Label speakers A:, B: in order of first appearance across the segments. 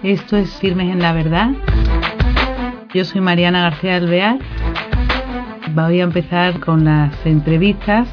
A: Esto es Firmes en la Verdad. Yo soy Mariana García Alvear. Voy a empezar con las entrevistas.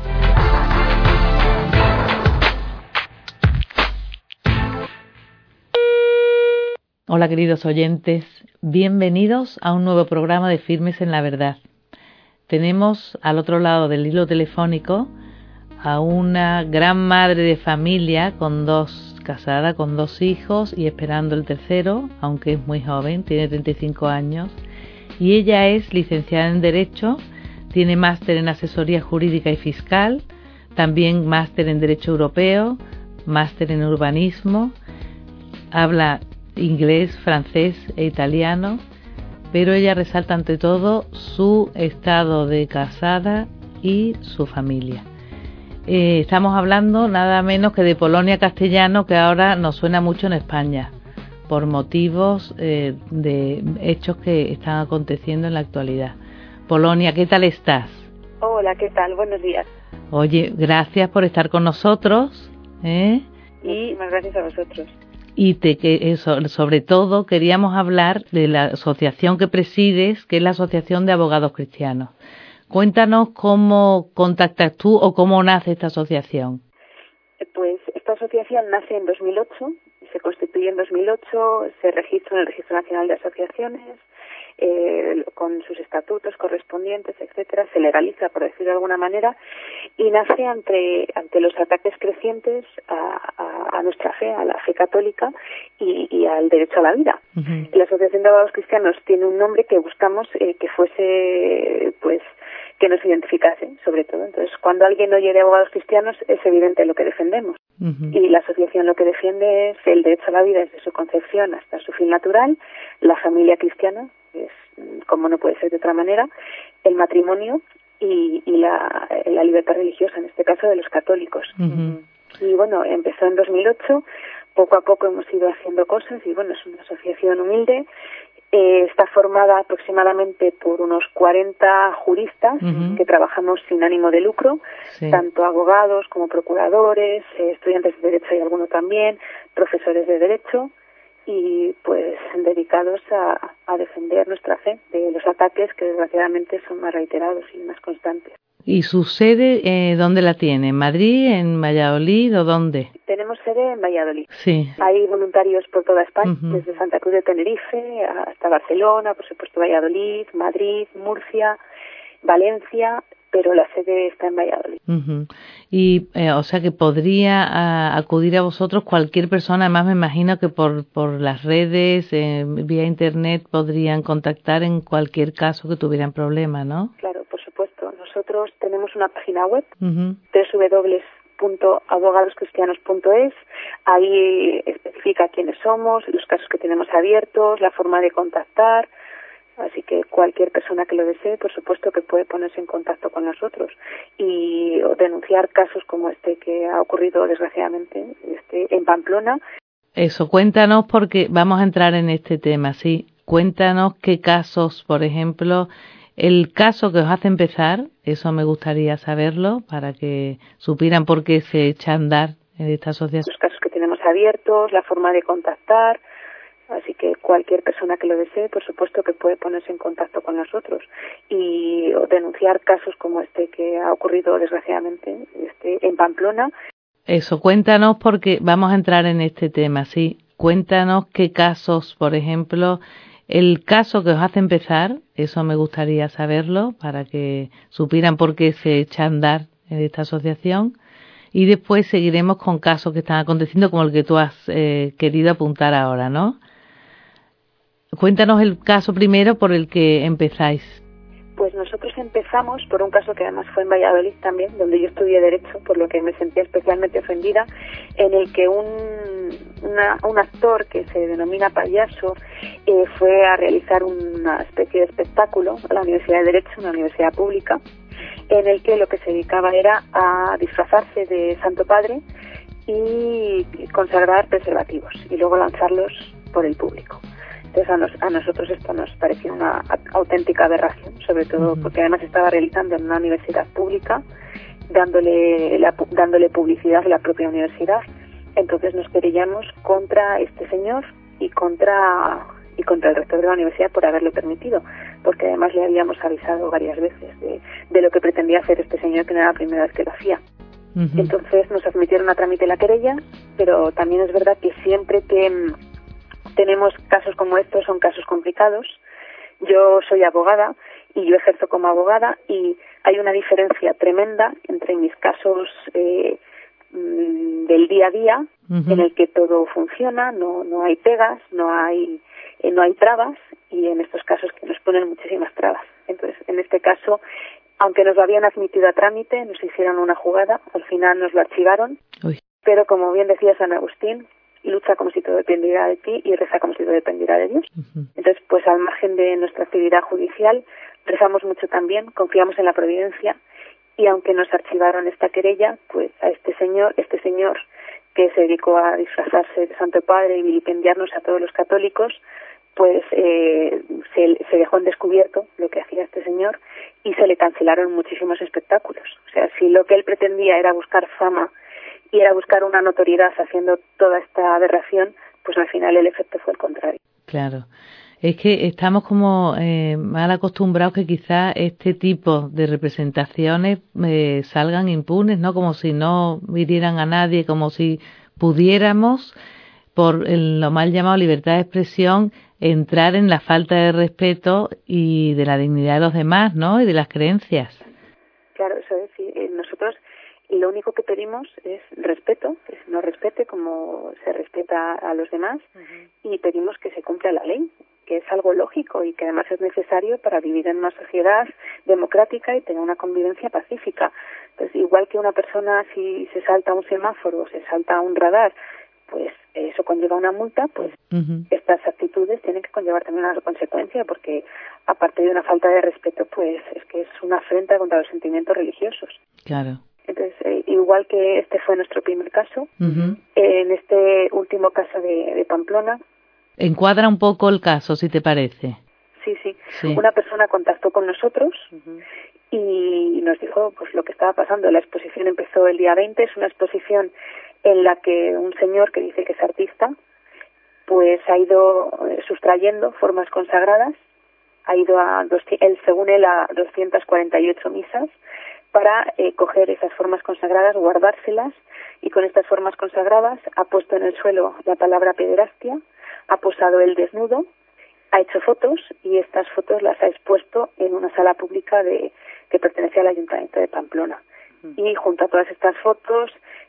A: Hola queridos oyentes, bienvenidos a un nuevo programa de Firmes en la Verdad. Tenemos al otro lado del hilo telefónico a una gran madre de familia casada con dos hijos y esperando el tercero, aunque es muy joven, tiene 35 años, y ella es licenciada en Derecho, tiene máster en Asesoría Jurídica y Fiscal, también máster en Derecho Europeo, máster en Urbanismo, habla inglés, francés e italiano, pero ella resalta ante todo su estado de casada y su familia. Estamos hablando nada menos que de Polonia Castellano, que ahora nos suena mucho en España, por motivos de hechos que están aconteciendo en la actualidad. Polonia, ¿qué tal estás?
B: Hola, ¿qué tal? Buenos días.
A: Oye, gracias por estar con nosotros.
B: Muchísimas gracias a vosotros.
A: Y sobre todo queríamos hablar de la asociación que presides, que es la Asociación de Abogados Cristianos. Cuéntanos cómo contactas tú o cómo nace esta asociación.
B: Pues esta asociación nace en 2008, se constituye en 2008, se registra en el Registro Nacional de Asociaciones, con sus estatutos correspondientes, etcétera, se legaliza, por decirlo de alguna manera, y nace ante los ataques crecientes a nuestra fe, a la fe católica y al derecho a la vida. Uh-huh. La Asociación de Abogados Cristianos tiene un nombre que buscamos que fuese, pues, que nos identificase, sobre todo. Entonces, cuando alguien oye de abogados cristianos, es evidente lo que defendemos. Uh-huh. Y la asociación lo que defiende es el derecho a la vida desde su concepción hasta su fin natural, la familia cristiana, es como no puede ser de otra manera, el matrimonio y la libertad religiosa, en este caso de los católicos. Uh-huh. Y bueno, empezó en 2008, poco a poco hemos ido haciendo cosas y bueno, es una asociación humilde. Está formada aproximadamente por unos 40 juristas uh-huh. que trabajamos sin ánimo de lucro, sí. Tanto abogados como procuradores, estudiantes de Derecho y alguno también, profesores de Derecho y pues dedicados a defender nuestra fe de los ataques que desgraciadamente son más reiterados y más constantes.
A: ¿Y su sede dónde la tiene? ¿En Madrid, en Valladolid o dónde?
B: Tenemos sede en Valladolid.
A: Sí.
B: Hay voluntarios por toda España, uh-huh. desde Santa Cruz de Tenerife hasta Barcelona, por supuesto Valladolid, Madrid, Murcia, Valencia, pero la sede está en Valladolid.
A: Uh-huh. Y o sea que podría acudir a vosotros cualquier persona, además me imagino que por las redes, vía internet, podrían contactar en cualquier caso que tuvieran problemas, ¿no?
B: Claro, por supuesto. Nosotros tenemos una página web,
A: uh-huh.
B: www.abogadoscristianos.es. Ahí especifica quiénes somos, los casos que tenemos abiertos, la forma de contactar. Así que cualquier persona que lo desee, por supuesto que puede ponerse en contacto con nosotros y denunciar casos como este que ha ocurrido desgraciadamente en Pamplona.
A: Eso, cuéntanos porque vamos a entrar en este tema, sí. Cuéntanos qué casos, por ejemplo, el caso que os hace empezar, eso me gustaría saberlo para que supieran por qué se echa a andar en esta asociación.
B: Los casos que tenemos abiertos, la forma de contactar. Así que cualquier persona que lo desee, por supuesto que puede ponerse en contacto con nosotros y denunciar casos como este que ha ocurrido desgraciadamente en Pamplona.
A: Eso, cuéntanos porque vamos a entrar en este tema, sí. Cuéntanos qué casos, por ejemplo, el caso que os hace empezar, eso me gustaría saberlo para que supieran por qué se echa a andar en esta asociación. Y después seguiremos con casos que están aconteciendo como el que tú has querido apuntar ahora, ¿no? Cuéntanos el caso primero por el que empezáis.
B: Pues nosotros empezamos por un caso que además fue en Valladolid también, donde yo estudié Derecho, por lo que me sentía especialmente ofendida, en el que un actor que se denomina payaso fue a realizar una especie de espectáculo a la Universidad de Derecho, una universidad pública, en el que lo que se dedicaba era a disfrazarse de Santo Padre y consagrar preservativos y luego lanzarlos por el público. Entonces a nosotros esto nos pareció una auténtica aberración, sobre todo uh-huh. porque además estaba realizando en una universidad pública, dándole publicidad a la propia universidad. Entonces nos querellamos contra este señor y contra el rector de la universidad por haberlo permitido, porque además le habíamos avisado varias veces de lo que pretendía hacer este señor, que no era la primera vez que lo hacía. Uh-huh. Entonces nos admitieron a trámite la querella, pero también es verdad que siempre que tenemos casos como estos, son casos complicados. Yo soy abogada y yo ejerzo como abogada, y hay una diferencia tremenda entre mis casos del día a día, uh-huh, en el que todo funciona, no hay pegas, no hay trabas, y en estos casos que nos ponen muchísimas trabas. Entonces, en este caso, aunque nos lo habían admitido a trámite, nos hicieron una jugada, al final nos lo archivaron. Uy. Pero como bien decía San Agustín, lucha como si todo dependiera de ti y reza como si todo dependiera de Dios. Uh-huh. Entonces, pues al margen de nuestra actividad judicial, rezamos mucho también, confiamos en la providencia, y aunque nos archivaron esta querella, pues a este señor que se dedicó a disfrazarse de Santo Padre y vilipendiarnos a todos los católicos, pues se dejó en descubierto lo que hacía este señor y se le cancelaron muchísimos espectáculos. O sea, si lo que él pretendía era buscar fama y era buscar una notoriedad haciendo toda esta aberración, pues al final el efecto fue el contrario.
A: Claro. Es que estamos como mal acostumbrados que quizás este tipo de representaciones salgan impunes, ¿no? Como si no hirieran a nadie, como si pudiéramos, por lo mal llamado libertad de expresión, entrar en la falta de respeto y de la dignidad de los demás, ¿no? Y de las creencias.
B: Claro, eso es. Nosotros lo único que pedimos es respeto, que se nos respete como se respeta a los demás, uh-huh, y pedimos que se cumpla la ley, que es algo lógico y que además es necesario para vivir en una sociedad democrática y tener una convivencia pacífica. Entonces, igual que una persona, si se salta un semáforo o se salta un radar, pues eso conlleva una multa, pues uh-huh, estas actitudes tienen que conllevar también una consecuencia, porque aparte de una falta de respeto, pues es que es una afrenta contra los sentimientos religiosos.
A: Claro.
B: Entonces, igual que este fue nuestro primer caso, uh-huh, en este último caso de Pamplona.
A: Encuadra un poco el caso, si te parece.
B: Sí. Una persona contactó con nosotros, uh-huh, y nos dijo pues lo que estaba pasando. La exposición empezó el día 20, es una exposición en la que un señor que dice que es artista, pues ha ido sustrayendo formas consagradas, ha ido según él a 248 misas, para coger esas formas consagradas, guardárselas, y con estas formas consagradas ha puesto en el suelo la palabra pederastia, ha posado el desnudo, ha hecho fotos, y estas fotos las ha expuesto en una sala pública que pertenece al Ayuntamiento de Pamplona. Y junto a todas estas fotos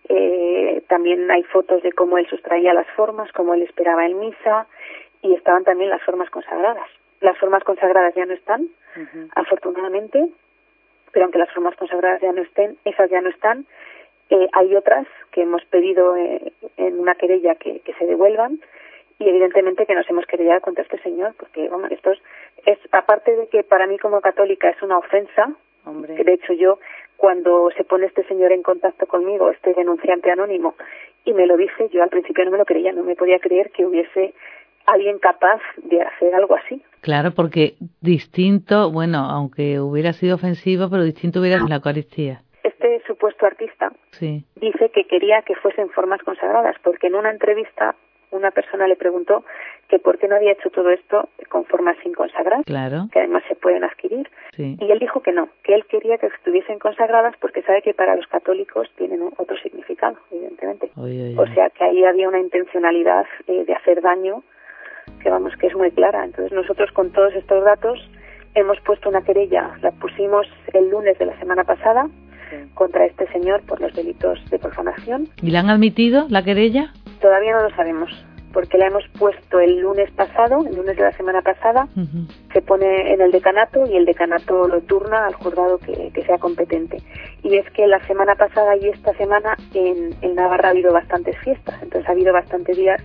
B: también hay fotos de cómo él sustraía las formas, cómo él esperaba en misa, y estaban también las formas consagradas. Las formas consagradas ya no están, uh-huh, afortunadamente, pero aunque las formas consagradas ya no estén, esas ya no están. Hay otras que hemos pedido en una querella que se devuelvan, y evidentemente que nos hemos querellado contra este señor, porque bueno, esto es aparte de que para mí como católica es una ofensa. Hombre. De hecho, yo cuando se pone este señor en contacto conmigo, este denunciante anónimo, y me lo dice, yo al principio no me lo creía, no me podía creer que hubiese alguien capaz de hacer algo así.
A: Claro, porque distinto, bueno, aunque hubiera sido ofensivo, pero distinto hubiera sido la Eucaristía.
B: Este supuesto artista, sí, dice que quería que fuesen formas consagradas, porque en una entrevista una persona le preguntó que por qué no había hecho todo esto con formas sin consagrar, claro, que además se pueden adquirir, sí, y él dijo que no, que él quería que estuviesen consagradas porque sabe que para los católicos tienen otro significado, evidentemente. O sea que ahí había una intencionalidad de hacer daño que es muy clara. Entonces nosotros con todos estos datos hemos puesto una querella, la pusimos el lunes de la semana pasada, sí, contra este señor por los delitos de profanación.
A: ¿Y la han admitido, la querella?
B: Todavía no lo sabemos, porque la hemos puesto el lunes de la semana pasada, uh-huh, se pone en el decanato y el decanato lo turna al juzgado que sea competente. Y es que la semana pasada y esta semana en Navarra ha habido bastantes fiestas, entonces ha habido bastantes días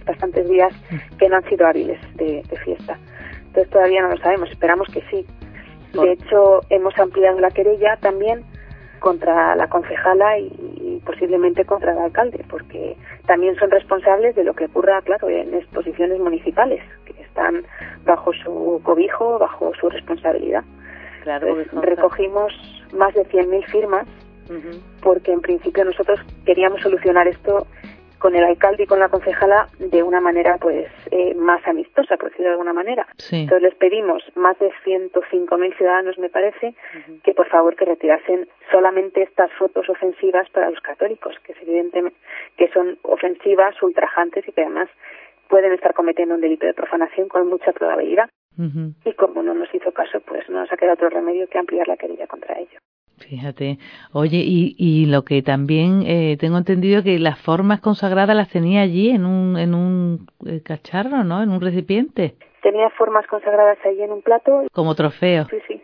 B: que no han sido hábiles de fiesta. Entonces todavía no lo sabemos, esperamos que sí. De hecho, hemos ampliado la querella también contra la concejala y posiblemente contra el alcalde, porque también son responsables de lo que ocurra, claro, en exposiciones municipales, que están bajo su cobijo, bajo su responsabilidad. Claro, pues recogimos más de 100.000 firmas, uh-huh, porque en principio nosotros queríamos solucionar esto con el alcalde y con la concejala de una manera pues más amistosa, por decirlo de alguna manera.
A: Sí.
B: Entonces les pedimos, más de 105.000 ciudadanos me parece, que por favor que retirasen solamente estas fotos ofensivas para los católicos, que es evidentemente que son ofensivas, ultrajantes y que además pueden estar cometiendo un delito de profanación con mucha probabilidad. Y como no nos hizo caso, pues no nos ha quedado otro remedio que ampliar la querella contra ellos.
A: Fíjate. Oye, y lo que también tengo entendido que las formas consagradas las tenía allí en un cacharro, ¿no? En un recipiente.
B: Tenía formas consagradas allí en un plato.
A: Como trofeo.
B: Sí, sí.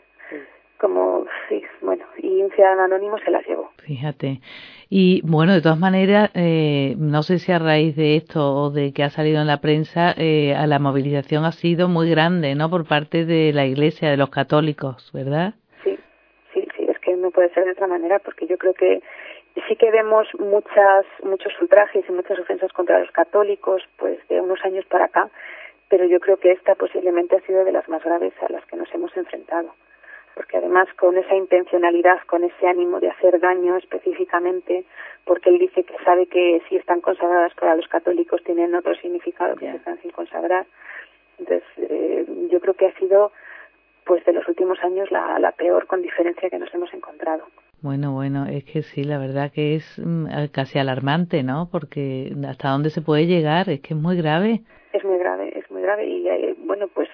B: Sí, bueno, y un ciudadano anónimo se las llevó.
A: Fíjate. Y bueno, de todas maneras, no sé si a raíz de esto o de que ha salido en la prensa, a la movilización ha sido muy grande, ¿no? Por parte de la Iglesia, de los católicos, ¿verdad?
B: Sí, es que no puede ser de otra manera, porque yo creo que sí que vemos muchos ultrajes y muchas ofensas contra los católicos, pues de unos años para acá, pero yo creo que esta posiblemente ha sido de las más graves a las que nos hemos enfrentado. Porque además con esa intencionalidad, con ese ánimo de hacer daño específicamente, porque él dice que sabe que si están consagradas para los católicos tienen otro significado que se están sin consagrar. Entonces yo creo que ha sido pues de los últimos años la peor con diferencia que nos hemos encontrado.
A: Bueno, es que sí, la verdad que es casi alarmante, ¿no? Porque hasta dónde se puede llegar, es que es muy grave.
B: Es muy grave y bueno, pues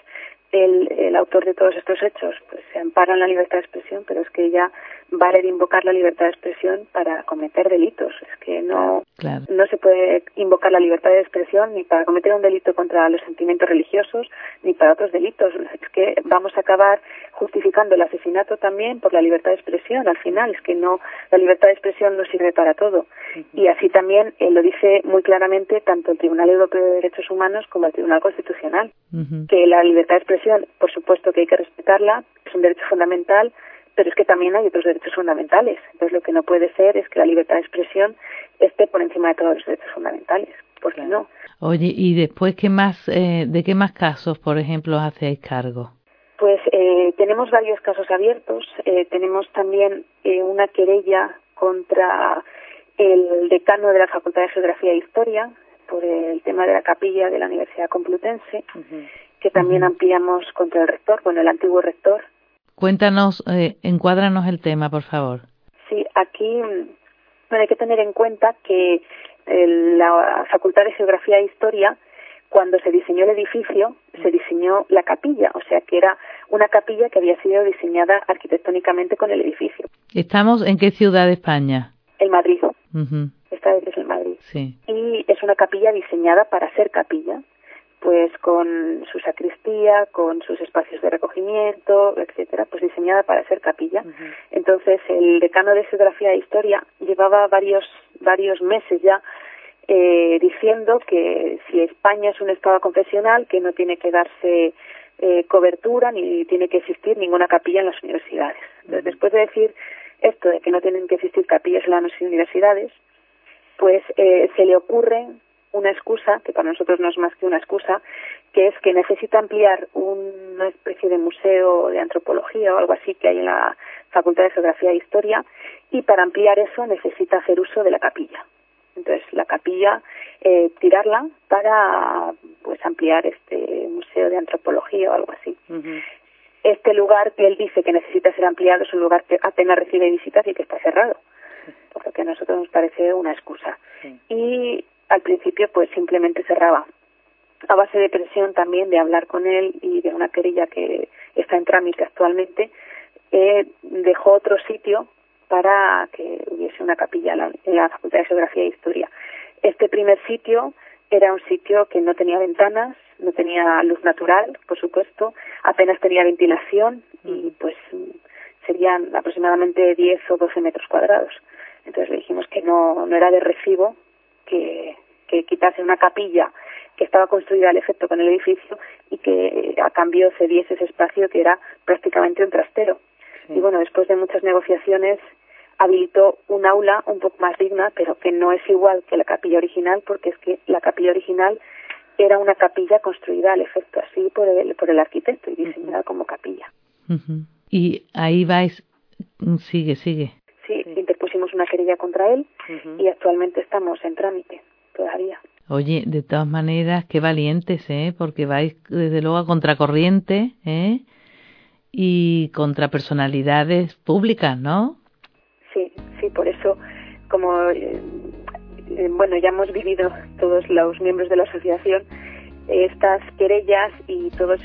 B: el autor de todos estos hechos pues se ampara en la libertad de expresión, pero es que ya vale de invocar la libertad de expresión para cometer delitos. Es que no se puede invocar la libertad de expresión ni para cometer un delito contra los sentimientos religiosos ni para otros delitos. Es que vamos a acabar justificando el asesinato también por la libertad de expresión. Al final es que no, la libertad de expresión no sirve para todo. Y así también lo dice muy claramente tanto el Tribunal Europeo de Derechos Humanos como el Tribunal Constitucional, que la libertad de expresión, por supuesto que hay que respetarla, es un derecho fundamental, pero es que también hay otros derechos fundamentales. Entonces lo que no puede ser es que la libertad de expresión esté por encima de todos los derechos fundamentales. ¿Por qué no?
A: Oye, ¿y después de qué más casos, por ejemplo, hacéis cargo?
B: Pues tenemos varios casos abiertos. Tenemos también una querella contra el decano de la Facultad de Geografía e Historia por el tema de la capilla de la Universidad Complutense, que también ampliamos contra el rector, el antiguo rector.
A: Cuéntanos, encuádranos el tema, por favor.
B: Sí, aquí hay que tener en cuenta que la Facultad de Geografía e Historia, cuando se diseñó el edificio, se diseñó la capilla, o sea que era una capilla que había sido diseñada arquitectónicamente con el edificio.
A: ¿Estamos en qué ciudad de España?
B: En Madrid. Esta vez es en Madrid.
A: Sí.
B: Y es una capilla diseñada para ser capilla, pues con su sacristía, con sus espacios de recogimiento, etcétera, pues diseñada para ser capilla. Entonces el decano de Geografía e Historia llevaba varios meses ya diciendo que si España es un estado confesional, que no tiene que darse cobertura ni tiene que existir ninguna capilla en las universidades. Entonces, después de decir esto de que no tienen que existir capillas en las universidades, pues se le ocurre una excusa, que para nosotros no es más que una excusa, que es que necesita ampliar una especie de museo de antropología o algo así que hay en la Facultad de Geografía e Historia, y para ampliar eso necesita hacer uso de la capilla. Entonces, la capilla, tirarla para pues ampliar este museo de antropología o algo así. Este lugar que él dice que necesita ser ampliado es un lugar que apenas recibe visitas y que está cerrado, por lo que a nosotros nos parece una excusa. Y al principio pues simplemente cerraba. A base de presión también, de hablar con él y de una querella que está en trámite actualmente, dejó otro sitio para que hubiese una capilla en la Facultad de Geografía e Historia. Este primer sitio era un sitio que no tenía ventanas, no tenía luz natural, por supuesto, apenas tenía ventilación y pues serían aproximadamente 10 o 12 metros cuadrados. Entonces le dijimos que no era de recibo que quitase una capilla que estaba construida al efecto con el edificio y que a cambio cediese ese espacio que era prácticamente un trastero. Y bueno, después de muchas negociaciones habilitó un aula un poco más digna, pero que no es igual que la capilla original, porque es que la capilla original era una capilla construida al efecto así por el arquitecto y diseñada como capilla.
A: Y ahí vais, sigue.
B: Sí, interpusimos una querella contra él y actualmente estamos en trámite. todavía.
A: Oye, de todas maneras, qué valientes, porque vais desde luego a contracorriente, y contra personalidades públicas, ¿no?
B: Sí, por eso, como bueno, ya hemos vivido todos los miembros de la asociación estas querellas y todos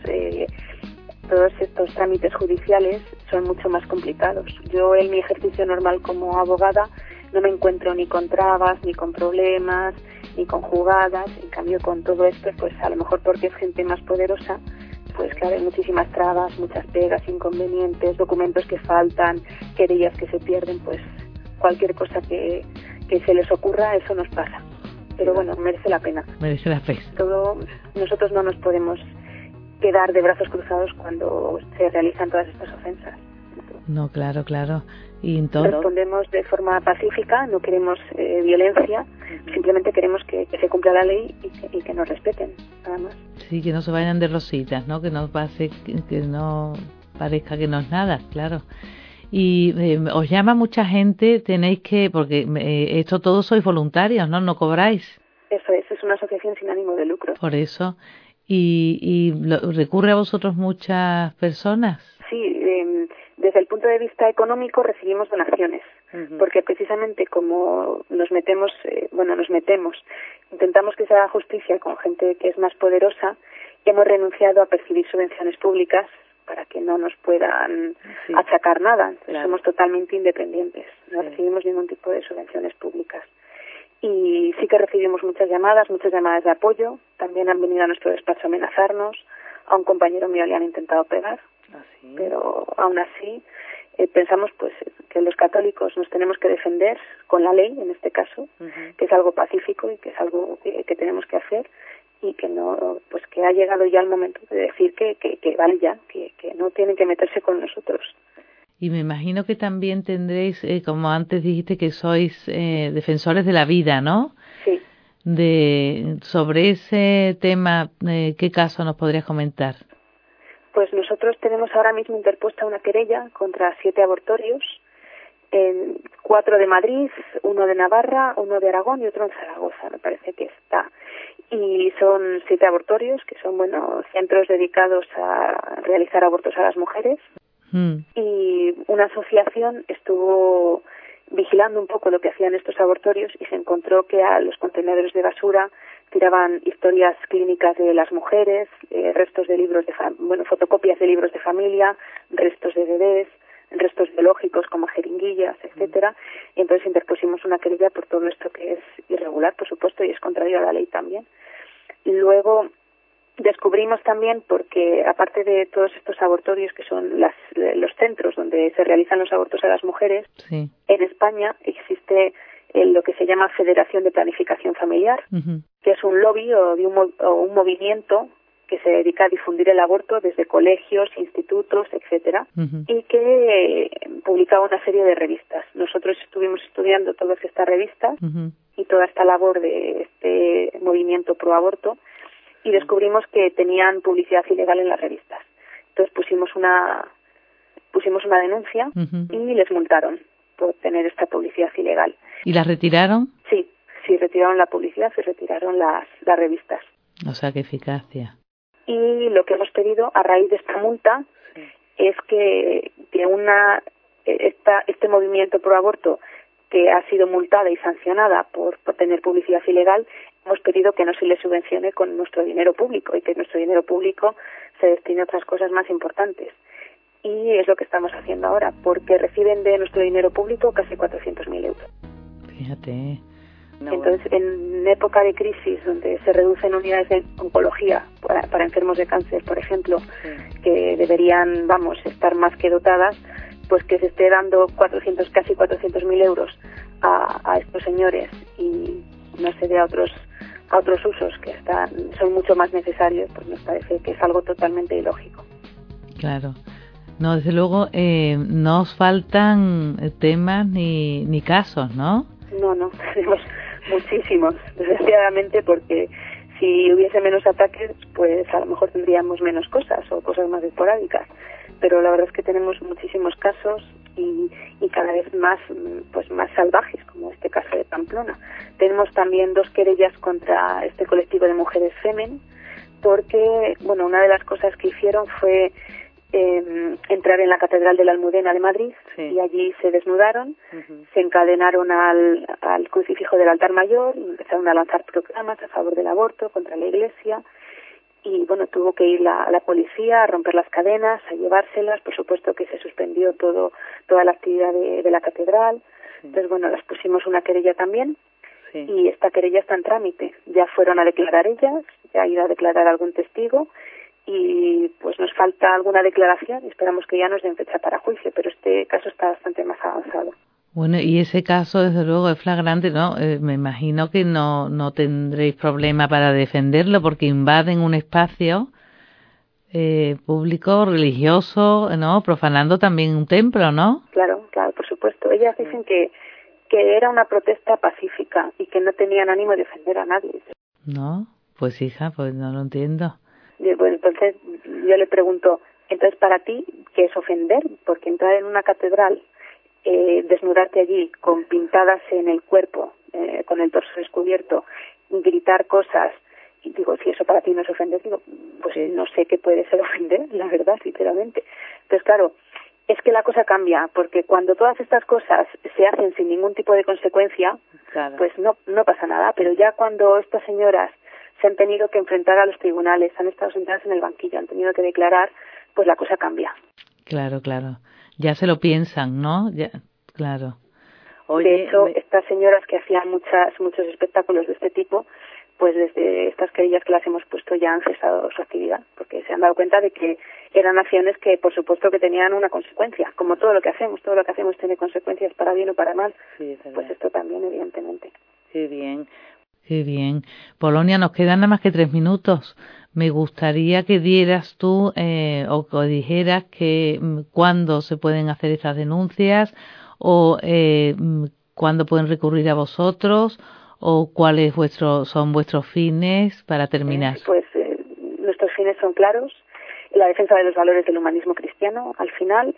B: estos trámites judiciales son mucho más complicados. Yo en mi ejercicio normal como abogada no me encuentro ni con trabas, ni con problemas, ni con jugadas. En cambio, con todo esto, pues a lo mejor porque es gente más poderosa, pues claro, hay muchísimas trabas, muchas pegas, inconvenientes, documentos que faltan, querellas que se pierden, pues cualquier cosa que se les ocurra, eso nos pasa. Pero bueno, merece la pena.
A: Merece la pena.
B: Nosotros no nos podemos quedar de brazos cruzados cuando se realizan todas estas ofensas.
A: No, claro. Y entonces
B: respondemos de forma pacífica, no queremos violencia, simplemente queremos que se cumpla la ley y que nos respeten, nada más.
A: Sí, que no se vayan de rositas, ¿no? Que no pase, que no parezca que no es nada, claro. Y os llama mucha gente, tenéis que, porque esto todos sois voluntarios, ¿no? No cobráis.
B: Eso es una asociación sin ánimo de lucro.
A: Por eso. ¿Y recurre a vosotros muchas personas?
B: Sí, desde el punto de vista económico recibimos donaciones, porque precisamente como nos metemos, intentamos que se haga justicia con gente que es más poderosa, y hemos renunciado a percibir subvenciones públicas para que no nos puedan achacar nada. Claro. Somos totalmente independientes, no recibimos ningún tipo de subvenciones públicas. Y sí que recibimos muchas llamadas de apoyo. También han venido a nuestro despacho a amenazarnos. A un compañero mío le han intentado pegar. ¿Sí? Pero aún así pensamos pues que los católicos nos tenemos que defender con la ley, en este caso, que es algo pacífico y que es algo que tenemos que hacer, y que no, pues que ha llegado ya el momento de decir que vale ya, que no tienen que meterse con nosotros.
A: Y me imagino que también tendréis, como antes dijiste, que sois defensores de la vida, ¿no?
B: Sí.
A: Sobre ese tema, ¿qué caso nos podrías comentar?
B: Pues nosotros tenemos ahora mismo interpuesta una querella contra 7 abortorios, 4 de Madrid, 1 de Navarra, 1 de Aragón y otro en Zaragoza, me parece que está. Y son 7 abortorios, que son, centros dedicados a realizar abortos a las mujeres. Y una asociación estuvo vigilando un poco lo que hacían estos abortorios y se encontró que a los contenedores de basura tiraban historias clínicas de las mujeres, restos de libros fotocopias de libros de familia, restos de bebés, restos biológicos como jeringuillas, etcétera. Y entonces interpusimos una querella por todo esto que es irregular, por supuesto, y es contrario a la ley también. Y luego descubrimos también, porque aparte de todos estos abortorios que son los centros donde se realizan los abortos a las mujeres, en España existe lo que se llama Federación de Planificación Familiar, que es un lobby o un movimiento que se dedica a difundir el aborto desde colegios, institutos, etcétera, y que publicaba una serie de revistas. Nosotros estuvimos estudiando todas estas revistas y toda esta labor de este movimiento pro aborto, y descubrimos que tenían publicidad ilegal en las revistas. Entonces pusimos una denuncia y les multaron por tener esta publicidad ilegal.
A: ¿Y la retiraron?
B: Sí, retiraron la publicidad y retiraron las revistas.
A: O sea, qué eficacia.
B: Y lo que hemos pedido a raíz de esta multa es que este movimiento pro aborto, que ha sido multada y sancionada por tener publicidad ilegal, hemos pedido que no se le subvencione con nuestro dinero público y que nuestro dinero público se destine a otras cosas más importantes. Y es lo que estamos haciendo ahora, porque reciben de nuestro dinero público casi 400.000 euros.
A: Fíjate.
B: Entonces, en época de crisis, donde se reducen unidades de oncología para enfermos de cáncer, por ejemplo, que deberían, estar más que dotadas, pues que se esté dando casi 400.000 euros a estos señores y no se dé a otros usos que son mucho más necesarios, pues nos parece que es algo totalmente ilógico.
A: Claro. No, desde luego, no os faltan temas ni casos, ¿no? No,
B: tenemos muchísimos, desgraciadamente, porque si hubiese menos ataques, pues a lo mejor tendríamos menos cosas o cosas más esporádicas. Pero la verdad es que tenemos muchísimos casos y cada vez más salvajes, como este caso de Pamplona. Pamplona. Tenemos también 2 querellas contra este colectivo de mujeres Femen, porque, bueno, una de las cosas que hicieron fue entrar en la Catedral de la Almudena de Madrid, y allí se desnudaron, se encadenaron al crucifijo del altar mayor y empezaron a lanzar proclamas a favor del aborto, contra la Iglesia, y bueno, tuvo que ir la policía a romper las cadenas, a llevárselas. Por supuesto que se suspendió toda la actividad de la catedral. Entonces, bueno, las pusimos una querella también, y esta querella está en trámite. Ya fueron a declarar ellas, ya ha ido a declarar algún testigo, y pues nos falta alguna declaración y esperamos que ya nos den fecha para juicio, pero este caso está bastante más avanzado.
A: Bueno, y ese caso desde luego es flagrante, ¿no? Me imagino que no tendréis problema para defenderlo porque invaden un espacio público, religioso, ¿no? Profanando también un templo, ¿no?
B: Claro, por supuesto. Ellas dicen que era una protesta pacífica y que no tenían ánimo de ofender a nadie.
A: No, pues hija, pues no lo entiendo.
B: Bueno, entonces yo le pregunto, entonces para ti, ¿qué es ofender? Porque entrar en una catedral, desnudarte allí con pintadas en el cuerpo, con el torso descubierto, gritar cosas, y digo, si eso para ti no es ofender, digo, pues no sé qué puede ser ofender, la verdad, sinceramente. Entonces, claro, es que la cosa cambia, porque cuando todas estas cosas se hacen sin ningún tipo de consecuencia, pues no pasa nada, pero ya cuando estas señoras se han tenido que enfrentar a los tribunales, han estado sentadas en el banquillo, han tenido que declarar, pues la cosa cambia.
A: Claro. Ya se lo piensan, ¿no? Ya, claro.
B: Oye, de hecho, estas señoras que hacían muchos espectáculos de este tipo, pues desde estas querellas que las hemos puesto ya han cesado su actividad, porque se han dado cuenta de que eran acciones que, por supuesto, que tenían una consecuencia, como todo lo que hacemos tiene consecuencias para bien o para mal, pues esto también, evidentemente.
A: Qué bien. Polonia, nos quedan nada más que 3 minutos. Me gustaría que dieras tú o que dijeras que cuándo se pueden hacer estas denuncias o cuándo pueden recurrir a vosotros o cuáles son vuestros fines para terminar.
B: Pues nuestros fines son claros, la defensa de los valores del humanismo cristiano al final,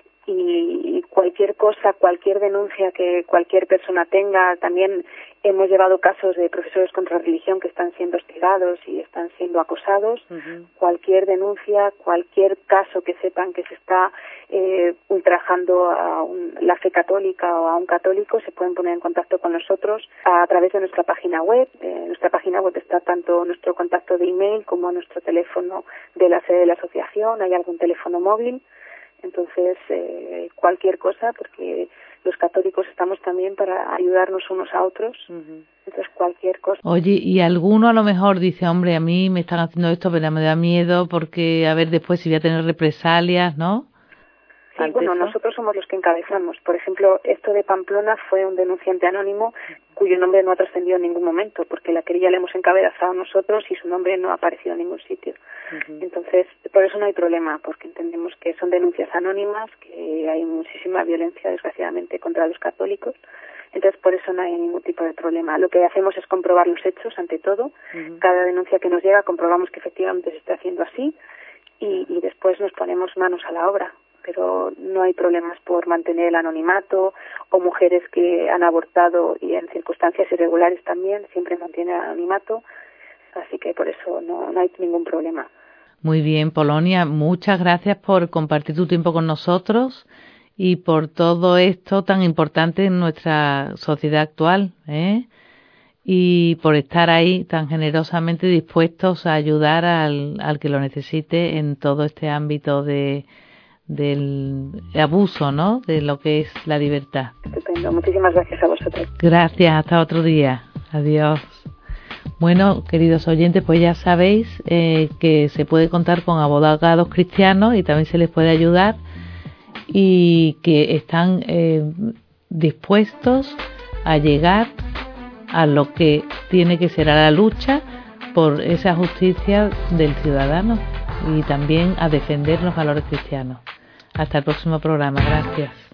B: y cualquier cosa, cualquier denuncia que cualquier persona tenga. También hemos llevado casos de profesores contra religión que están siendo hostigados y están siendo acosados. Cualquier denuncia, cualquier caso que sepan que se está ultrajando a la fe católica o a un católico, se pueden poner en contacto con nosotros a través de nuestra página web. En nuestra página web está tanto nuestro contacto de email como nuestro teléfono de la sede de la asociación. Hay algún teléfono móvil. Entonces, cualquier cosa, porque los católicos estamos también para ayudarnos unos a otros. Entonces, cualquier cosa.
A: Oye, y alguno a lo mejor dice, hombre, a mí me están haciendo esto, pero me da miedo porque, a ver, después si voy a tener represalias, ¿no?
B: Sí, bueno, nosotros somos los que encabezamos. Por ejemplo, esto de Pamplona fue un denunciante anónimo cuyo nombre no ha trascendido en ningún momento, porque la querella la hemos encabezado nosotros y su nombre no ha aparecido en ningún sitio. Entonces, por eso no hay problema, porque entendemos que son denuncias anónimas, que hay muchísima violencia, desgraciadamente, contra los católicos. Entonces, por eso no hay ningún tipo de problema. Lo que hacemos es comprobar los hechos, ante todo. Cada denuncia que nos llega comprobamos que efectivamente se está haciendo así y después nos ponemos manos a la obra. Pero no hay problemas por mantener el anonimato, o mujeres que han abortado y en circunstancias irregulares también siempre mantienen el anonimato, así que por eso no hay ningún problema.
A: Muy bien, Polonia, muchas gracias por compartir tu tiempo con nosotros y por todo esto tan importante en nuestra sociedad actual, y por estar ahí tan generosamente dispuestos a ayudar al que lo necesite en todo este ámbito del abuso, ¿no?, de lo que es la libertad.
B: Estupendo, muchísimas gracias a vosotros.
A: Gracias, hasta otro día. Adiós. Bueno, queridos oyentes, pues ya sabéis que se puede contar con abogados cristianos y también se les puede ayudar, y que están dispuestos a llegar a lo que tiene que ser, a la lucha por esa justicia del ciudadano y también a defender los valores cristianos. Hasta el próximo programa. Gracias.